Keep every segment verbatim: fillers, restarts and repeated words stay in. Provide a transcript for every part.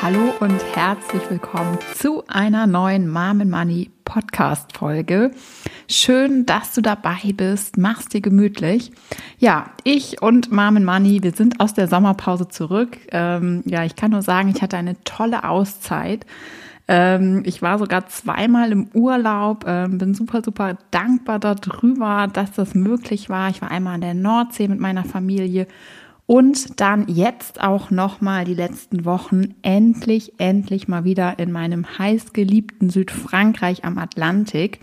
Hallo und herzlich willkommen zu einer neuen Mom and Money Podcast Folge. Schön, dass du dabei bist. Mach's dir gemütlich. Ja, ich und Mom and Money, wir sind aus der Sommerpause zurück. Ähm, ja, ich kann nur sagen, ich hatte eine tolle Auszeit. Ähm, ich war sogar zweimal im Urlaub, ähm, bin super, super dankbar darüber, dass das möglich war. Ich war einmal an der Nordsee mit meiner Familie. Und dann jetzt auch nochmal die letzten Wochen endlich, endlich mal wieder in meinem heißgeliebten Südfrankreich am Atlantik.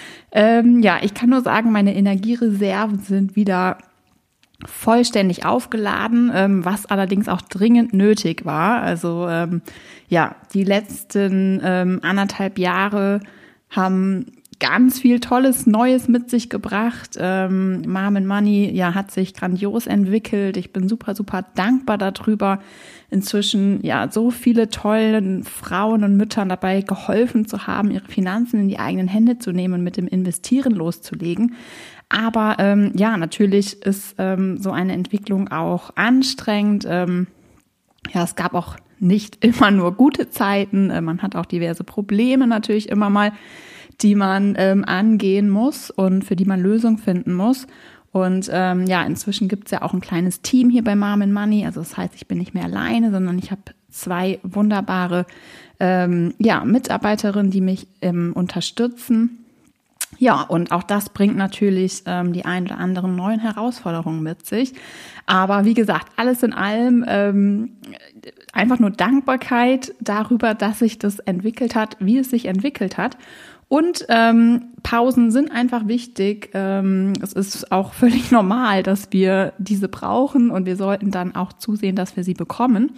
Ähm, ja, ich kann nur sagen, meine Energiereserven sind wieder vollständig aufgeladen, ähm, was allerdings auch dringend nötig war. Also ähm, ja, die letzten ähm, anderthalb Jahre haben ganz viel Tolles Neues mit sich gebracht. Ähm, Mom and Money ja, hat sich grandios entwickelt. Ich bin super, super dankbar darüber, inzwischen ja so viele tollen Frauen und Müttern dabei geholfen zu haben, ihre Finanzen in die eigenen Hände zu nehmen und mit dem Investieren loszulegen. Aber ähm, ja, natürlich ist ähm, so eine Entwicklung auch anstrengend. Ähm, ja, es gab auch nicht immer nur gute Zeiten. Äh, man hat auch diverse Probleme natürlich immer mal, die man ähm, angehen muss und für die man Lösungen finden muss. Und ähm, ja, inzwischen gibt es ja auch ein kleines Team hier bei Mom and Money. Also das heißt, ich bin nicht mehr alleine, sondern ich habe zwei wunderbare ähm, ja, Mitarbeiterinnen, die mich ähm, unterstützen. Ja, und auch das bringt natürlich ähm, die ein oder anderen neuen Herausforderungen mit sich. Aber wie gesagt, alles in allem ähm, einfach nur Dankbarkeit darüber, dass sich das entwickelt hat, wie es sich entwickelt hat. Und ähm, Pausen sind einfach wichtig. Ähm, es ist auch völlig normal, dass wir diese brauchen und wir sollten dann auch zusehen, dass wir sie bekommen.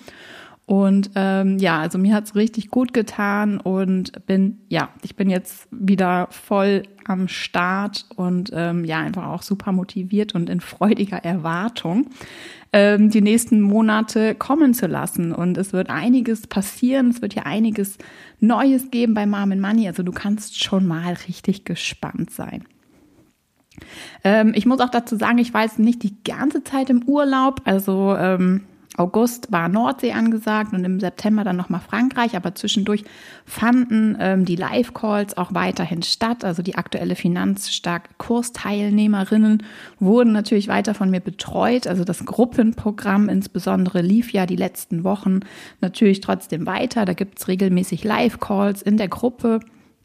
Und ähm, ja, also mir hat's richtig gut getan und bin, ja, ich bin jetzt wieder voll am Start und ähm, ja, einfach auch super motiviert und in freudiger Erwartung, ähm, die nächsten Monate kommen zu lassen. Und es wird einiges passieren, es wird hier einiges Neues geben bei Mom and Money. Also du kannst schon mal richtig gespannt sein. Ähm, ich muss auch dazu sagen, ich war jetzt nicht die ganze Zeit im Urlaub, also ähm, August war Nordsee angesagt und im September dann nochmal Frankreich, aber zwischendurch fanden ähm, die Live-Calls auch weiterhin statt. Also die aktuelle Finanzstark-Kursteilnehmerinnen wurden natürlich weiter von mir betreut. Also das Gruppenprogramm insbesondere lief ja die letzten Wochen natürlich trotzdem weiter. Da gibt es regelmäßig Live-Calls in der Gruppe.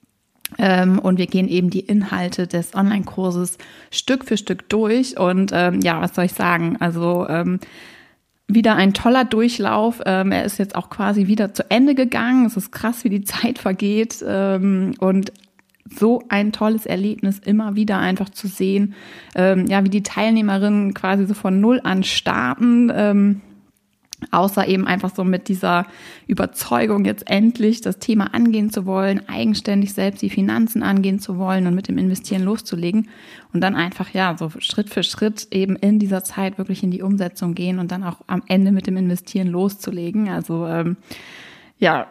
Ähm, und wir gehen eben die Inhalte des Online-Kurses Stück für Stück durch. Und ähm, ja, was soll ich sagen? Also ähm, wieder ein toller Durchlauf. Ähm, er ist jetzt auch quasi wieder zu Ende gegangen. Es ist krass, wie die Zeit vergeht. Ähm, und so ein tolles Erlebnis, immer wieder einfach zu sehen, ähm, ja, wie die Teilnehmerinnen quasi so von Null an starten. Ähm, Außer eben einfach so mit dieser Überzeugung, jetzt endlich das Thema angehen zu wollen, eigenständig selbst die Finanzen angehen zu wollen und mit dem Investieren loszulegen und dann einfach, ja, so Schritt für Schritt eben in dieser Zeit wirklich in die Umsetzung gehen und dann auch am Ende mit dem Investieren loszulegen. Also, ähm, ja,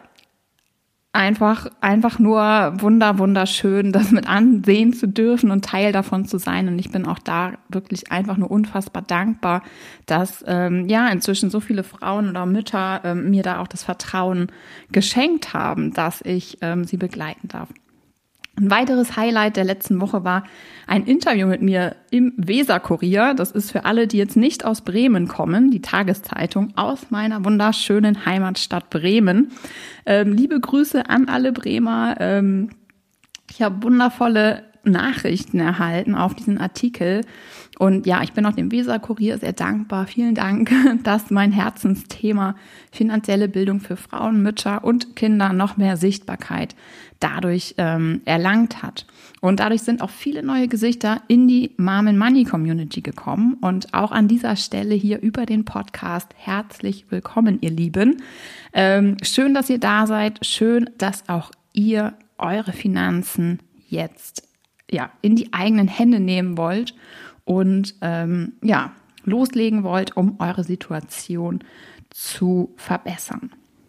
Einfach, einfach nur wunder, wunderschön, das mit ansehen zu dürfen und Teil davon zu sein. Und ich bin auch da wirklich einfach nur unfassbar dankbar, dass ähm, ja inzwischen so viele Frauen oder Mütter ähm, mir da auch das Vertrauen geschenkt haben, dass ich ähm, sie begleiten darf. Ein weiteres Highlight der letzten Woche war ein Interview mit mir im Weser-Kurier. Das ist für alle, die jetzt nicht aus Bremen kommen, die Tageszeitung aus meiner wunderschönen Heimatstadt Bremen. Ähm, liebe Grüße an alle Bremer. Ähm, ich habe wundervolle Nachrichten erhalten auf diesen Artikel. Und ja, ich bin auch dem Weser-Kurier sehr dankbar. Vielen Dank, dass mein Herzensthema finanzielle Bildung für Frauen, Mütter und Kinder noch mehr Sichtbarkeit dadurch ähm, erlangt hat. Und dadurch sind auch viele neue Gesichter in die Mom and Money Community gekommen. Und auch an dieser Stelle hier über den Podcast herzlich willkommen, ihr Lieben. Ähm, schön, dass ihr da seid. Schön, dass auch ihr eure Finanzen jetzt ja in die eigenen Hände nehmen wollt und ähm, ja loslegen wollt, um eure Situation zu verbessern.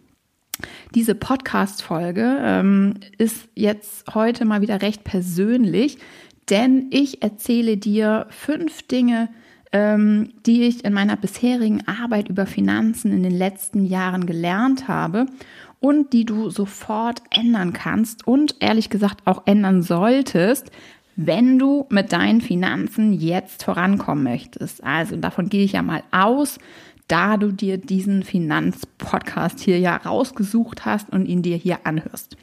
Diese Podcast-Folge ähm, ist jetzt heute mal wieder recht persönlich, denn ich erzähle dir fünf Dinge, ähm, die ich in meiner bisherigen Arbeit über Finanzen in den letzten Jahren gelernt habe und die du sofort ändern kannst und ehrlich gesagt auch ändern solltest, wenn du mit deinen Finanzen jetzt vorankommen möchtest. Also davon gehe ich ja mal aus, da du dir diesen Finanzpodcast hier ja rausgesucht hast und ihn dir hier anhörst.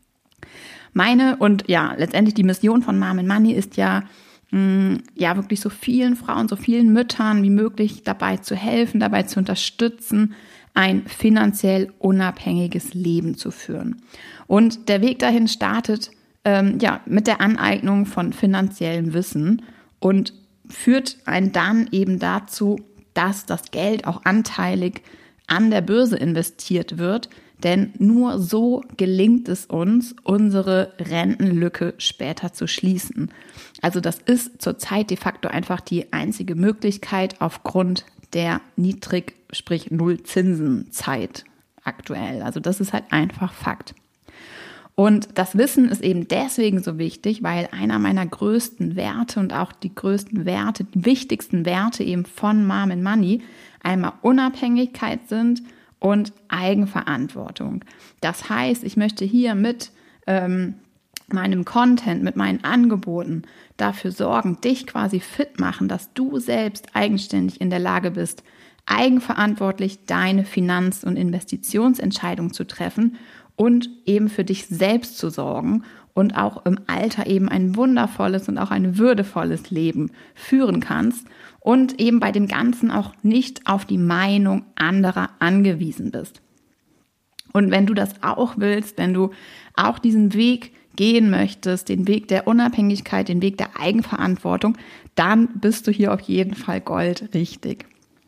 Meine und ja, letztendlich die Mission von Mom and Money ist ja, mh, ja wirklich so vielen Frauen, so vielen Müttern wie möglich dabei zu helfen, dabei zu unterstützen, ein finanziell unabhängiges Leben zu führen. Und der Weg dahin startet ähm, ja mit der Aneignung von finanziellem Wissen und führt einen dann eben dazu, dass das Geld auch anteilig an der Börse investiert wird, denn nur so gelingt es uns, unsere Rentenlücke später zu schließen. Also das ist zurzeit de facto einfach die einzige Möglichkeit aufgrund der Niedrig-, sprich Nullzinsenzeit aktuell. Also das ist halt einfach Fakt. Und das Wissen ist eben deswegen so wichtig, weil einer meiner größten Werte und auch die größten Werte, die wichtigsten Werte eben von Mom and Money einmal Unabhängigkeit sind und Eigenverantwortung. Das heißt, ich möchte hier mit ähm, meinem Content, mit meinen Angeboten dafür sorgen, dich quasi fit machen, dass du selbst eigenständig in der Lage bist, eigenverantwortlich deine Finanz- und Investitionsentscheidungen zu treffen und eben für dich selbst zu sorgen und auch im Alter eben ein wundervolles und auch ein würdevolles Leben führen kannst und eben bei dem Ganzen auch nicht auf die Meinung anderer angewiesen bist. Und wenn du das auch willst, wenn du auch diesen Weg gehen möchtest, den Weg der Unabhängigkeit, den Weg der Eigenverantwortung, dann bist du hier auf jeden Fall goldrichtig.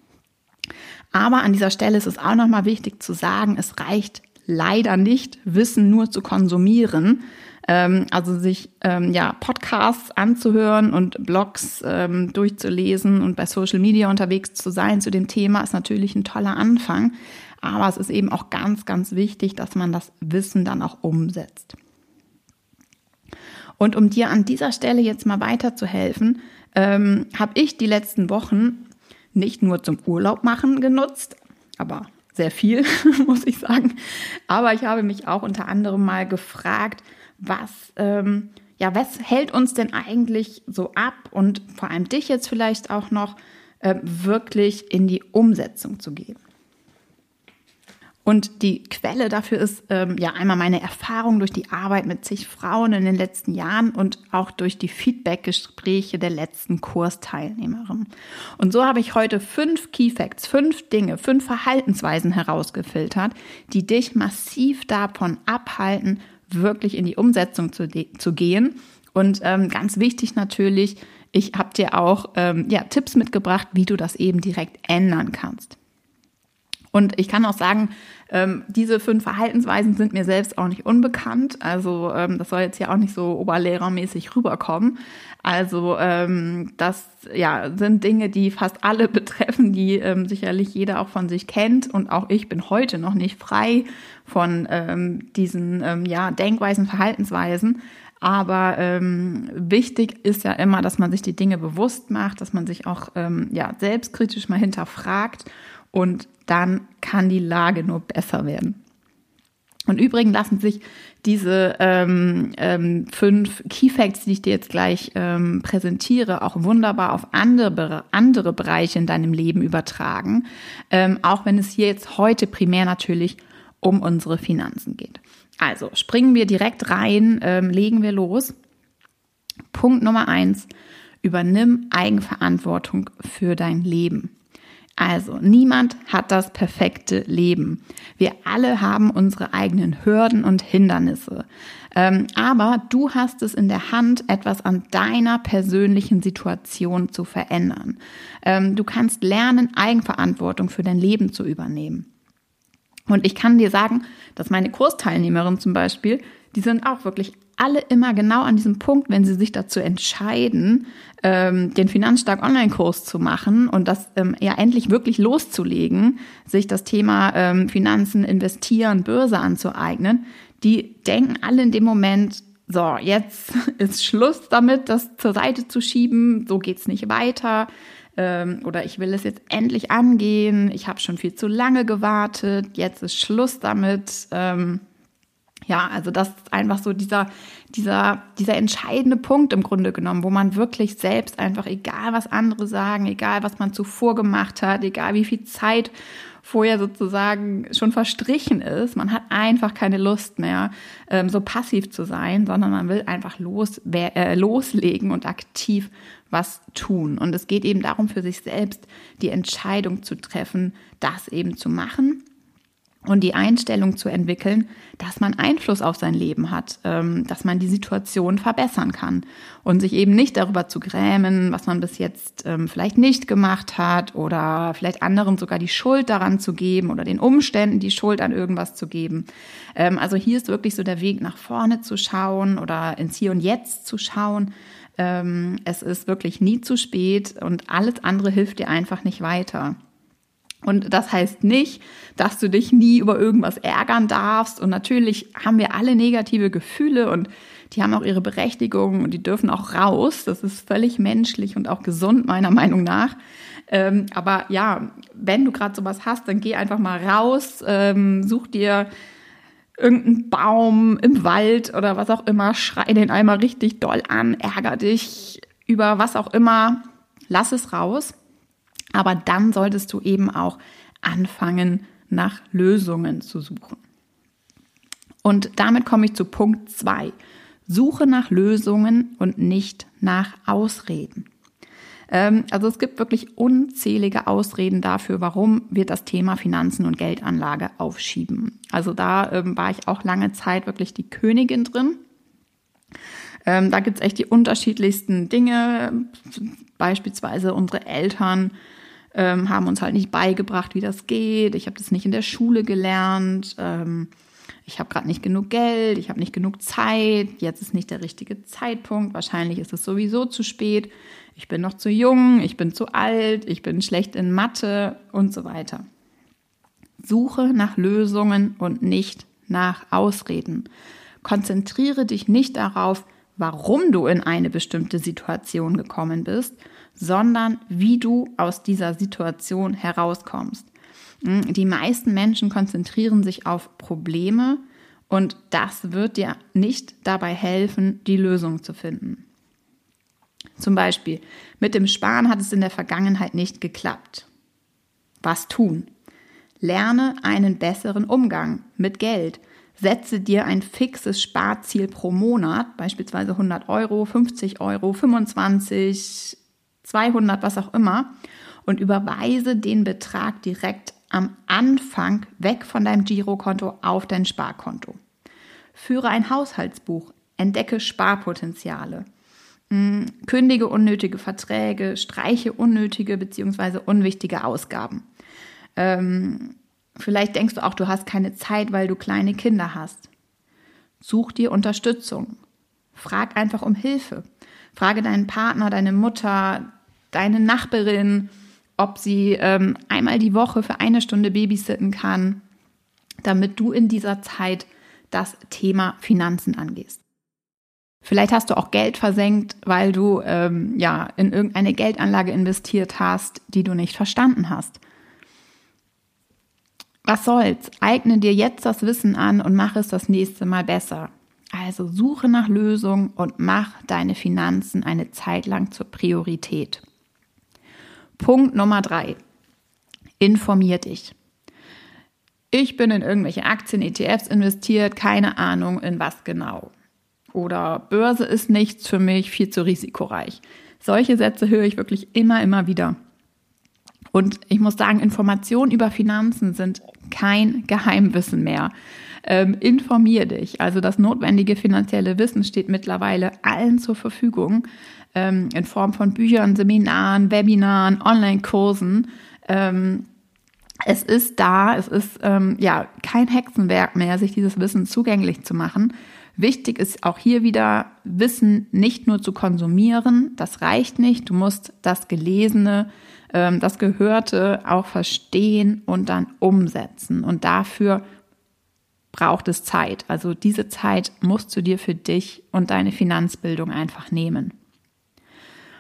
Aber an dieser Stelle ist es auch nochmal wichtig zu sagen, es reicht leider nicht, Wissen nur zu konsumieren, ähm, also sich ähm, ja Podcasts anzuhören und Blogs ähm, durchzulesen und bei Social Media unterwegs zu sein zu dem Thema ist natürlich ein toller Anfang, aber es ist eben auch ganz, ganz wichtig, dass man das Wissen dann auch umsetzt. Und um dir an dieser Stelle jetzt mal weiterzuhelfen, ähm, habe ich die letzten Wochen nicht nur zum Urlaub machen genutzt, aber sehr viel, muss ich sagen. Aber ich habe mich auch unter anderem mal gefragt, was, ähm, ja, was hält uns denn eigentlich so ab und vor allem dich jetzt vielleicht auch noch äh, wirklich in die Umsetzung zu gehen. Und die Quelle dafür ist ähm, ja einmal meine Erfahrung durch die Arbeit mit zig Frauen in den letzten Jahren und auch durch die Feedback-Gespräche der letzten Kursteilnehmerin. Und so habe ich heute fünf Key Facts, fünf Dinge, fünf Verhaltensweisen herausgefiltert, die dich massiv davon abhalten, wirklich in die Umsetzung zu, de- zu gehen. Und ähm, ganz wichtig natürlich, ich habe dir auch ähm, ja, Tipps mitgebracht, wie du das eben direkt ändern kannst. Und ich kann auch sagen, ähm, diese fünf Verhaltensweisen sind mir selbst auch nicht unbekannt. Also ähm, das soll jetzt ja auch nicht so oberlehrermäßig rüberkommen. Also ähm, das ja sind Dinge, die fast alle betreffen, die ähm, sicherlich jeder auch von sich kennt. Und auch ich bin heute noch nicht frei von ähm, diesen ähm, ja Denkweisen, Verhaltensweisen. Aber ähm, wichtig ist ja immer, dass man sich die Dinge bewusst macht, dass man sich auch ähm, ja selbstkritisch mal hinterfragt. Und dann kann die Lage nur besser werden. Und übrigens lassen sich diese ähm, ähm, fünf Key Facts, die ich dir jetzt gleich ähm, präsentiere, auch wunderbar auf andere, andere Bereiche in deinem Leben übertragen. Ähm, auch wenn es hier jetzt heute primär natürlich um unsere Finanzen geht. Also springen wir direkt rein, ähm, legen wir los. Punkt Nummer eins, übernimm Eigenverantwortung für dein Leben. Also, niemand hat das perfekte Leben. Wir alle haben unsere eigenen Hürden und Hindernisse. Ähm, aber du hast es in der Hand, etwas an deiner persönlichen Situation zu verändern. Ähm, du kannst lernen, Eigenverantwortung für dein Leben zu übernehmen. Und ich kann dir sagen, dass meine Kursteilnehmerinnen zum Beispiel, die sind auch wirklich alle immer genau an diesem Punkt, wenn sie sich dazu entscheiden, ähm, den Finanzstark Online-Kurs zu machen und das ähm, ja endlich wirklich loszulegen, sich das Thema ähm, Finanzen, Investieren, Börse anzueignen, die denken alle in dem Moment, so, jetzt ist Schluss damit, das zur Seite zu schieben, so geht's nicht weiter. ähm, oder ich will es jetzt endlich angehen, ich habe schon viel zu lange gewartet, jetzt ist Schluss damit. Ähm, ja, also das ist einfach so dieser, dieser, dieser entscheidende Punkt im Grunde genommen, wo man wirklich selbst einfach, egal was andere sagen, egal was man zuvor gemacht hat, egal wie viel Zeit vorher sozusagen schon verstrichen ist, man hat einfach keine Lust mehr, ähm, so passiv zu sein, sondern man will einfach los, äh, loslegen und aktiv was tun. Und es geht eben darum, für sich selbst die Entscheidung zu treffen, das eben zu machen. Und die Einstellung zu entwickeln, dass man Einfluss auf sein Leben hat, dass man die Situation verbessern kann und sich eben nicht darüber zu grämen, was man bis jetzt vielleicht nicht gemacht hat oder vielleicht anderen sogar die Schuld daran zu geben oder den Umständen die Schuld an irgendwas zu geben. Also hier ist wirklich so der Weg nach vorne zu schauen oder ins Hier und Jetzt zu schauen. Es ist wirklich nie zu spät und alles andere hilft dir einfach nicht weiter. Und das heißt nicht, dass du dich nie über irgendwas ärgern darfst. Und natürlich haben wir alle negative Gefühle und die haben auch ihre Berechtigung und die dürfen auch raus. Das ist völlig menschlich und auch gesund, meiner Meinung nach. Ähm, aber ja, wenn du gerade sowas hast, dann geh einfach mal raus, ähm, such dir irgendeinen Baum im Wald oder was auch immer, schrei den einmal richtig doll an, ärger dich über was auch immer, lass es raus. Aber dann solltest du eben auch anfangen, nach Lösungen zu suchen. Und damit komme ich zu Punkt zwei. Suche nach Lösungen und nicht nach Ausreden. Ähm, also es gibt wirklich unzählige Ausreden dafür, warum wir das Thema Finanzen und Geldanlage aufschieben. Also da ähm, war ich auch lange Zeit wirklich die Königin drin. Ähm, da gibt es echt die unterschiedlichsten Dinge. Beispielsweise unsere Eltern ähm, haben uns halt nicht beigebracht, wie das geht. Ich habe das nicht in der Schule gelernt. Ähm, ich habe gerade nicht genug Geld. Ich habe nicht genug Zeit. Jetzt ist nicht der richtige Zeitpunkt. Wahrscheinlich ist es sowieso zu spät. Ich bin noch zu jung. Ich bin zu alt. Ich bin schlecht in Mathe und so weiter. Suche nach Lösungen und nicht nach Ausreden. Konzentriere dich nicht darauf, warum du in eine bestimmte Situation gekommen bist, sondern wie du aus dieser Situation herauskommst. Die meisten Menschen konzentrieren sich auf Probleme und das wird dir nicht dabei helfen, die Lösung zu finden. Zum Beispiel, mit dem Sparen hat es in der Vergangenheit nicht geklappt. Was tun? Lerne einen besseren Umgang mit Geld. Setze dir ein fixes Sparziel pro Monat, beispielsweise hundert Euro, fünfzig Euro, fünfundzwanzig, zweihundert, was auch immer, und überweise den Betrag direkt am Anfang weg von deinem Girokonto auf dein Sparkonto. Führe ein Haushaltsbuch, entdecke Sparpotenziale, kündige unnötige Verträge, streiche unnötige bzw. unwichtige Ausgaben. Ähm, vielleicht denkst du auch, du hast keine Zeit, weil du kleine Kinder hast. Such dir Unterstützung. Frag einfach um Hilfe. Frage deinen Partner, deine Mutter, deine Nachbarin, ob sie ähm, einmal die Woche für eine Stunde babysitten kann, damit du in dieser Zeit das Thema Finanzen angehst. Vielleicht hast du auch Geld versenkt, weil du ähm, ja in irgendeine Geldanlage investiert hast, die du nicht verstanden hast. Was soll's? Eigne dir jetzt das Wissen an und mach es das nächste Mal besser. Also suche nach Lösungen und mach deine Finanzen eine Zeit lang zur Priorität. Punkt Nummer drei. Informier dich. Ich bin in irgendwelche Aktien, E T Fs investiert, keine Ahnung in was genau. Oder Börse ist nichts für mich, viel zu risikoreich. Solche Sätze höre ich wirklich immer, immer wieder. Und ich muss sagen, Informationen über Finanzen sind kein Geheimwissen mehr. Ähm, informier dich. Also das notwendige finanzielle Wissen steht mittlerweile allen zur Verfügung, ähm, in Form von Büchern, Seminaren, Webinaren, Online-Kursen. Ähm, es ist da, es ist ähm, ja kein Hexenwerk mehr, sich dieses Wissen zugänglich zu machen. Wichtig ist auch hier wieder, Wissen nicht nur zu konsumieren, das reicht nicht. Du musst das Gelesene, ähm, das Gehörte auch verstehen und dann umsetzen. Und dafür braucht es Zeit. Also diese Zeit musst du dir für dich und deine Finanzbildung einfach nehmen.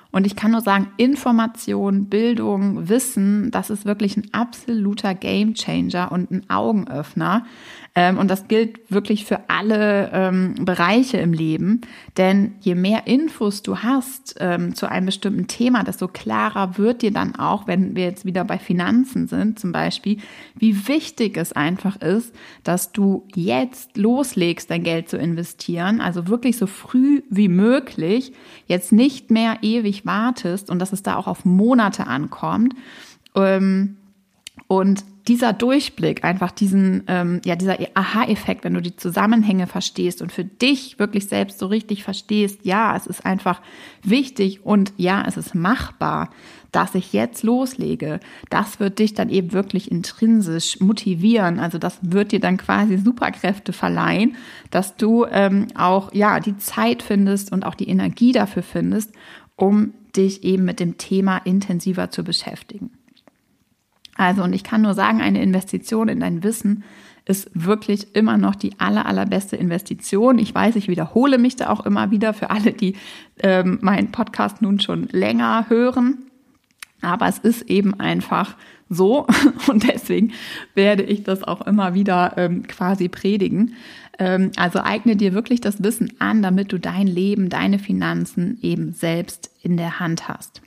Und ich kann nur sagen, Information, Bildung, Wissen, das ist wirklich ein absoluter Gamechanger und ein Augenöffner. Und das gilt wirklich für alle ähm, Bereiche im Leben. Denn je mehr Infos du hast ähm, zu einem bestimmten Thema, desto klarer wird dir dann auch, wenn wir jetzt wieder bei Finanzen sind zum Beispiel, wie wichtig es einfach ist, dass du jetzt loslegst, dein Geld zu investieren. Also wirklich so früh wie möglich, jetzt nicht mehr ewig wartest und dass es da auch auf Monate ankommt. Ähm, und dieser Durchblick, einfach diesen, ähm, ja, dieser Aha-Effekt, wenn du die Zusammenhänge verstehst und für dich wirklich selbst so richtig verstehst, ja, es ist einfach wichtig und ja, es ist machbar, dass ich jetzt loslege. Das wird dich dann eben wirklich intrinsisch motivieren. Also das wird dir dann quasi Superkräfte verleihen, dass du ähm, auch, ja, die Zeit findest und auch die Energie dafür findest, um dich eben mit dem Thema intensiver zu beschäftigen. Also, und ich kann nur sagen, eine Investition in dein Wissen ist wirklich immer noch die aller, allerbeste Investition. Ich weiß, ich wiederhole mich da auch immer wieder für alle, die ähm, meinen Podcast nun schon länger hören. Aber es ist eben einfach so und deswegen werde ich das auch immer wieder ähm, quasi predigen. Ähm, also eigne dir wirklich das Wissen an, damit du dein Leben, deine Finanzen eben selbst in der Hand hast.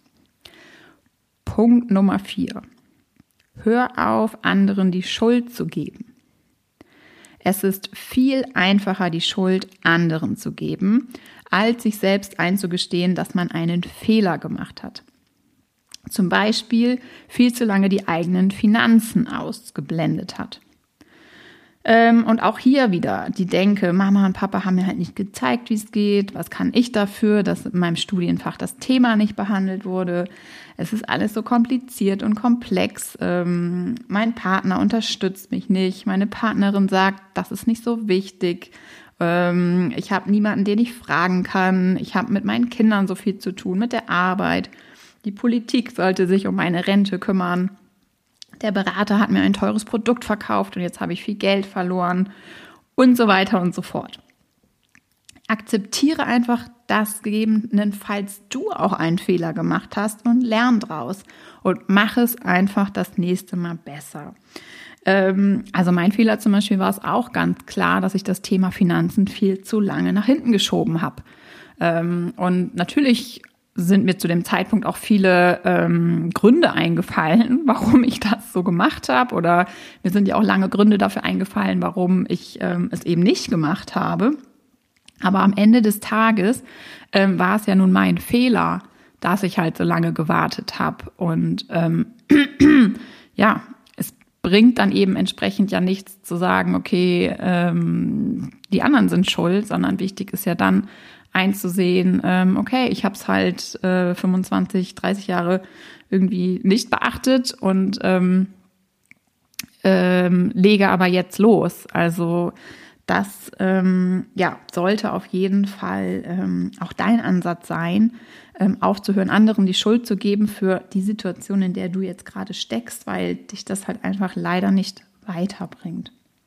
Punkt Nummer vier. Hör auf, anderen die Schuld zu geben. Es ist viel einfacher, die Schuld anderen zu geben, als sich selbst einzugestehen, dass man einen Fehler gemacht hat. Zum Beispiel viel zu lange die eigenen Finanzen ausgeblendet hat. Ähm, und auch hier wieder die Denke, Mama und Papa haben mir halt nicht gezeigt, wie es geht. Was kann ich dafür, dass in meinem Studienfach das Thema nicht behandelt wurde? Es ist alles so kompliziert und komplex. Ähm, mein Partner unterstützt mich nicht. Meine Partnerin sagt, das ist nicht so wichtig. Ähm, ich habe niemanden, den ich fragen kann. Ich habe mit meinen Kindern so viel zu tun, mit der Arbeit. Die Politik sollte sich um meine Rente kümmern. Der Berater hat mir ein teures Produkt verkauft und jetzt habe ich viel Geld verloren und so weiter und so fort. Akzeptiere einfach, dass gegebenenfalls du auch einen Fehler gemacht hast und lern draus und mach es einfach das nächste Mal besser. Ähm, also mein Fehler zum Beispiel war es auch ganz klar, dass ich das Thema Finanzen viel zu lange nach hinten geschoben habe. Ähm, und natürlich sind mir zu dem Zeitpunkt auch viele ähm, Gründe eingefallen, warum ich das so gemacht habe. Oder mir sind ja auch lange Gründe dafür eingefallen, warum ich ähm, es eben nicht gemacht habe. Aber am Ende des Tages ähm, war es ja nun mein Fehler, dass ich halt so lange gewartet habe. Und ähm, ja, es bringt dann eben entsprechend ja nichts zu sagen, okay, ähm, die anderen sind schuld, sondern wichtig ist ja dann, einzusehen, ähm, okay, ich habe es halt äh, fünfundzwanzig, dreißig Jahre irgendwie nicht beachtet und ähm, ähm, lege aber jetzt los. Also das ähm, ja, sollte auf jeden Fall ähm, auch dein Ansatz sein, ähm, aufzuhören, anderen die Schuld zu geben für die Situation, in der du jetzt gerade steckst, weil dich das halt einfach leider nicht weiterbringt.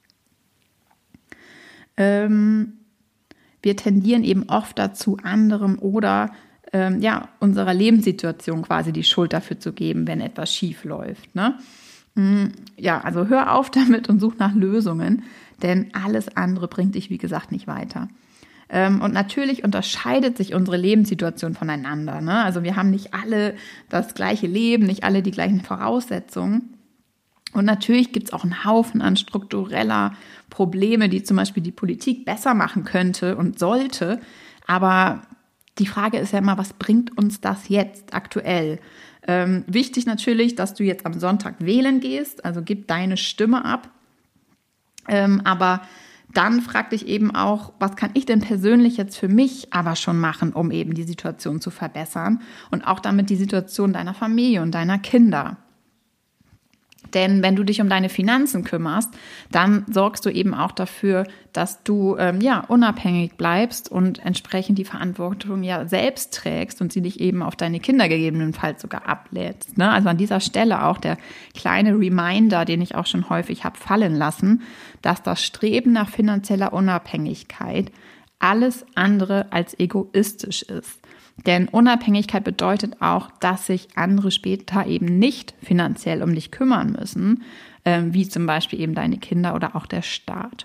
Ähm, Wir tendieren eben oft dazu, anderem oder ähm, ja, unserer Lebenssituation quasi die Schuld dafür zu geben, wenn etwas schief läuft. Ne? Ja, also hör auf damit und such nach Lösungen, denn alles andere bringt dich, wie gesagt, nicht weiter. Ähm, und natürlich unterscheidet sich unsere Lebenssituation voneinander. Ne? Also wir haben nicht alle das gleiche Leben, nicht alle die gleichen Voraussetzungen. Und natürlich gibt es auch einen Haufen an struktureller Probleme, die zum Beispiel die Politik besser machen könnte und sollte. Aber die Frage ist ja immer, was bringt uns das jetzt aktuell? Ähm, wichtig natürlich, dass du jetzt am Sonntag wählen gehst, also gib deine Stimme ab. Ähm, aber dann frag dich eben auch, was kann ich denn persönlich jetzt für mich aber schon machen, um eben die Situation zu verbessern und auch damit die Situation deiner Familie und deiner Kinder. Denn wenn du dich um deine Finanzen kümmerst, dann sorgst du eben auch dafür, dass du ähm, ja unabhängig bleibst und entsprechend die Verantwortung ja selbst trägst und sie dich eben auf deine Kinder gegebenenfalls sogar ablädst. Ne? Also an dieser Stelle auch der kleine Reminder, den ich auch schon häufig habe fallen lassen, dass das Streben nach finanzieller Unabhängigkeit alles andere als egoistisch ist. Denn Unabhängigkeit bedeutet auch, dass sich andere später eben nicht finanziell um dich kümmern müssen, äh, wie zum Beispiel eben deine Kinder oder auch der Staat.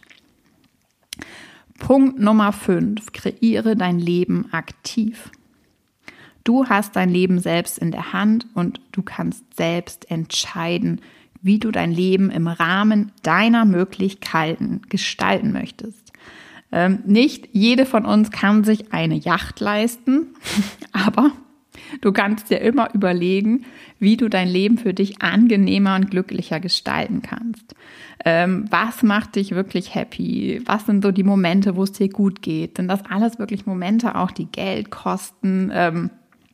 Punkt Nummer fünf, kreiere dein Leben aktiv. Du hast dein Leben selbst in der Hand und du kannst selbst entscheiden, wie du dein Leben im Rahmen deiner Möglichkeiten gestalten möchtest. Ähm, nicht jede von uns kann sich eine Yacht leisten, aber du kannst dir immer überlegen, wie du dein Leben für dich angenehmer und glücklicher gestalten kannst. Ähm, was macht dich wirklich happy? Was sind so die Momente, wo es dir gut geht? Sind das alles wirklich Momente auch, die Geld kosten? Ähm,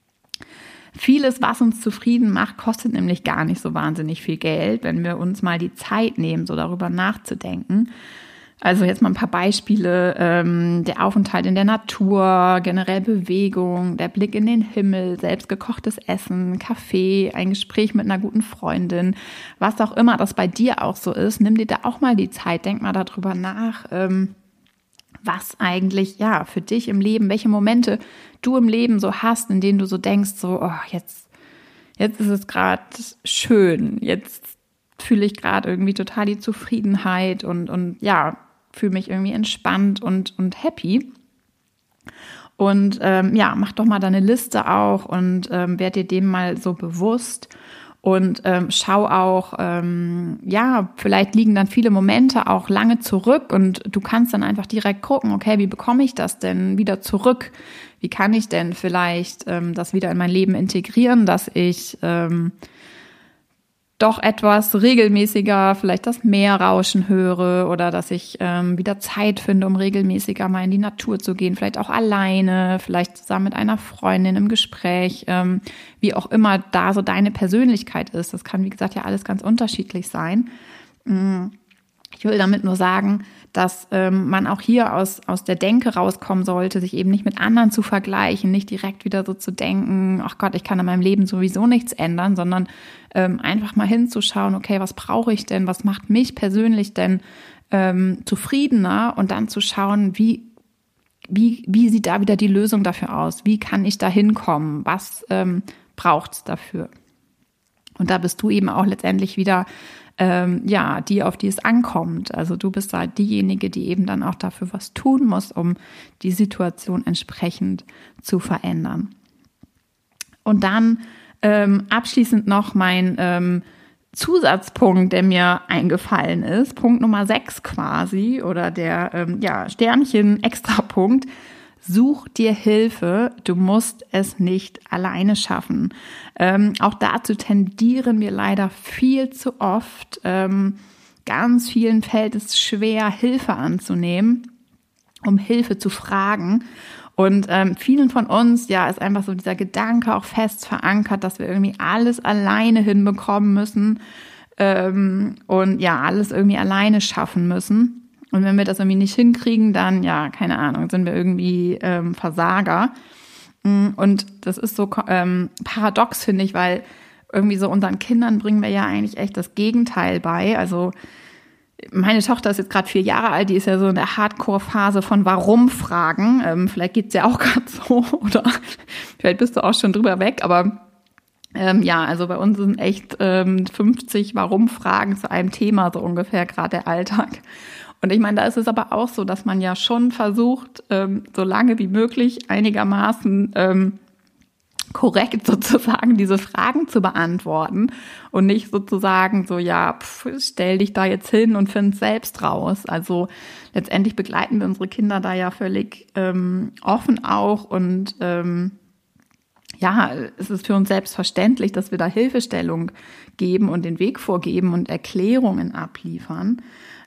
Vieles, was uns zufrieden macht, kostet nämlich gar nicht so wahnsinnig viel Geld, wenn wir uns mal die Zeit nehmen, so darüber nachzudenken. Also jetzt mal ein paar Beispiele, ähm, der Aufenthalt in der Natur, generell Bewegung, der Blick in den Himmel, selbstgekochtes Essen, Kaffee, ein Gespräch mit einer guten Freundin, was auch immer das bei dir auch so ist, nimm dir da auch mal die Zeit, denk mal darüber nach, ähm, was eigentlich ja für dich im Leben, welche Momente du im Leben so hast, in denen du so denkst, so oh, jetzt, jetzt ist es gerade schön, jetzt fühle ich gerade irgendwie total die Zufriedenheit und, und ja, fühle mich irgendwie entspannt und, und happy. Und ähm, ja, mach doch mal deine Liste auch und ähm, werd dir dem mal so bewusst und ähm, schau auch, ähm, ja, vielleicht liegen dann viele Momente auch lange zurück und du kannst dann einfach direkt gucken, okay, wie bekomme ich das denn wieder zurück? Wie kann ich denn vielleicht ähm, das wieder in mein Leben integrieren, dass ich ähm, doch etwas regelmäßiger vielleicht das Meerrauschen höre oder dass ich ähm, wieder Zeit finde, um regelmäßiger mal in die Natur zu gehen, vielleicht auch alleine, vielleicht zusammen mit einer Freundin im Gespräch, ähm, wie auch immer da so deine Persönlichkeit ist. Das kann, wie gesagt, ja alles ganz unterschiedlich sein. Ich will damit nur sagen, dass ähm, man auch hier aus, aus der Denke rauskommen sollte, sich eben nicht mit anderen zu vergleichen, nicht direkt wieder so zu denken, ach Gott, ich kann in meinem Leben sowieso nichts ändern, sondern ähm, einfach mal hinzuschauen, okay, was brauche ich denn, was macht mich persönlich denn ähm, zufriedener und dann zu schauen, wie, wie, wie sieht da wieder die Lösung dafür aus, wie kann ich da hinkommen, was ähm, braucht es dafür. Und da bist du eben auch letztendlich wieder Ähm, ja, die, auf die es ankommt. Also du bist da diejenige, die eben dann auch dafür was tun muss, um die Situation entsprechend zu verändern. Und dann ähm, abschließend noch mein ähm, Zusatzpunkt, der mir eingefallen ist, Punkt Nummer sechs quasi oder der ähm, ja, Sternchen-Extrapunkt. Such dir Hilfe, du musst es nicht alleine schaffen. Ähm, auch dazu tendieren wir leider viel zu oft. Ähm, ganz vielen fällt es schwer, Hilfe anzunehmen, um Hilfe zu fragen. Und ähm, vielen von uns, ja, ist einfach so dieser Gedanke auch fest verankert, dass wir irgendwie alles alleine hinbekommen müssen ähm, und ja, alles irgendwie alleine schaffen müssen. Und wenn wir das irgendwie nicht hinkriegen, dann, ja, keine Ahnung, sind wir irgendwie ähm, Versager. Und das ist so ähm, paradox, finde ich, weil irgendwie so unseren Kindern bringen wir ja eigentlich echt das Gegenteil bei. Also meine Tochter ist jetzt gerade vier Jahre alt, die ist ja so in der Hardcore-Phase von Warum-Fragen. Ähm, vielleicht geht's ja auch gerade so oder vielleicht bist du auch schon drüber weg, aber ähm, ja, also bei uns sind echt ähm, fünfzig Warum-Fragen zu einem Thema so ungefähr gerade der Alltag. Und ich meine, da ist es aber auch so, dass man ja schon versucht, ähm, so lange wie möglich einigermaßen ähm, korrekt sozusagen diese Fragen zu beantworten und nicht sozusagen so, ja, pf, stell dich da jetzt hin und find's selbst raus. Also letztendlich begleiten wir unsere Kinder da ja völlig ähm, offen auch und ähm, ja, es ist für uns selbstverständlich, dass wir da Hilfestellung geben und den Weg vorgeben und Erklärungen abliefern.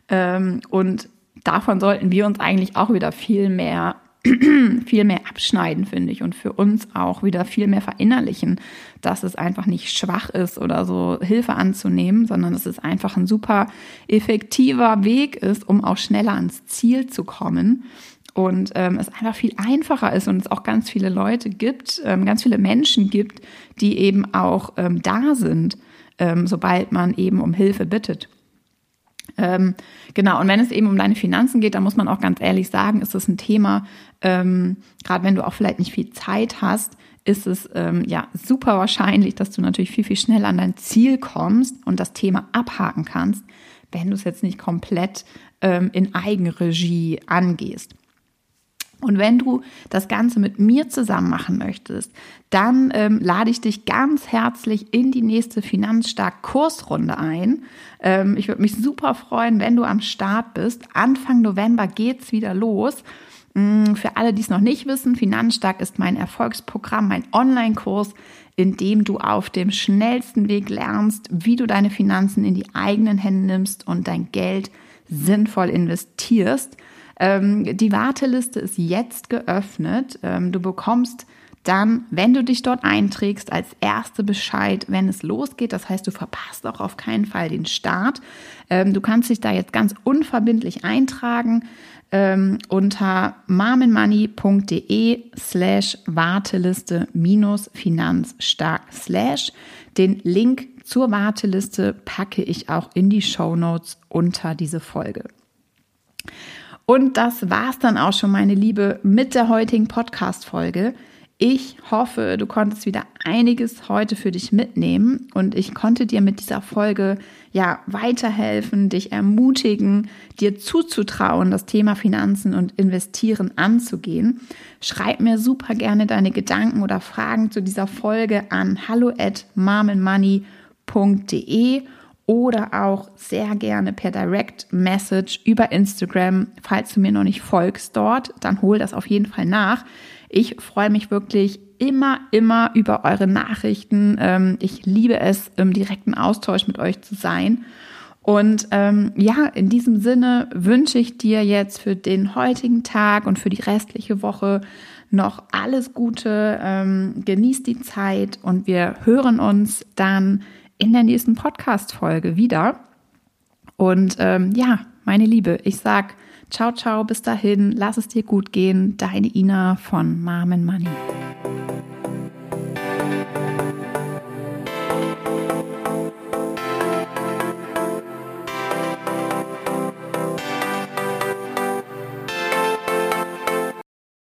Und davon sollten wir uns eigentlich auch wieder viel mehr, viel mehr abschneiden, finde ich, und für uns auch wieder viel mehr verinnerlichen, dass es einfach nicht schwach ist oder so Hilfe anzunehmen, sondern dass es einfach ein super effektiver Weg ist, um auch schneller ans Ziel zu kommen. Und ähm, es einfach viel einfacher ist und es auch ganz viele Leute gibt, ähm, ganz viele Menschen gibt, die eben auch ähm, da sind, ähm, sobald man eben um Hilfe bittet. Ähm, genau, und wenn es eben um deine Finanzen geht, dann muss man auch ganz ehrlich sagen, ist es ein Thema, ähm, gerade wenn du auch vielleicht nicht viel Zeit hast, ist es ähm, ja super wahrscheinlich, dass du natürlich viel, viel schneller an dein Ziel kommst und das Thema abhaken kannst, wenn du es jetzt nicht komplett ähm, in Eigenregie angehst. Und wenn du das Ganze mit mir zusammen machen möchtest, dann ähm, lade ich dich ganz herzlich in die nächste Finanzstark-Kursrunde ein. Ähm, ich würde mich super freuen, wenn du am Start bist. Anfang November geht's wieder los. Für alle, die es noch nicht wissen, Finanzstark ist mein Erfolgsprogramm, mein Online-Kurs, in dem du auf dem schnellsten Weg lernst, wie du deine Finanzen in die eigenen Hände nimmst und dein Geld sinnvoll investierst. Ähm, die Warteliste ist jetzt geöffnet. Ähm, du bekommst dann, wenn du dich dort einträgst, als erste Bescheid, wenn es losgeht. Das heißt, du verpasst auch auf keinen Fall den Start. Ähm, du kannst dich da jetzt ganz unverbindlich eintragen ähm, unter mamenmoney.de slash Warteliste minus Finanzstark slash. Den Link zur Warteliste packe ich auch in die Shownotes unter diese Folge. Und das war's dann auch schon, meine Liebe, mit der heutigen Podcast-Folge. Ich hoffe, du konntest wieder einiges heute für dich mitnehmen und ich konnte dir mit dieser Folge ja weiterhelfen, dich ermutigen, dir zuzutrauen, das Thema Finanzen und Investieren anzugehen. Schreib mir super gerne deine Gedanken oder Fragen zu dieser Folge an hallo at mamenmoney punkt de oder auch sehr gerne per Direct Message über Instagram. Falls du mir noch nicht folgst dort, dann hol das auf jeden Fall nach. Ich freue mich wirklich immer, immer über eure Nachrichten. Ich liebe es, im direkten Austausch mit euch zu sein. Und ähm, ja, in diesem Sinne wünsche ich dir jetzt für den heutigen Tag und für die restliche Woche noch alles Gute. Ähm, genießt die Zeit und wir hören uns dann in der nächsten Podcast-Folge wieder. Und ähm, ja, meine Liebe, ich sag ciao, ciao, bis dahin, lass es dir gut gehen. Deine Ina von Mom and Money.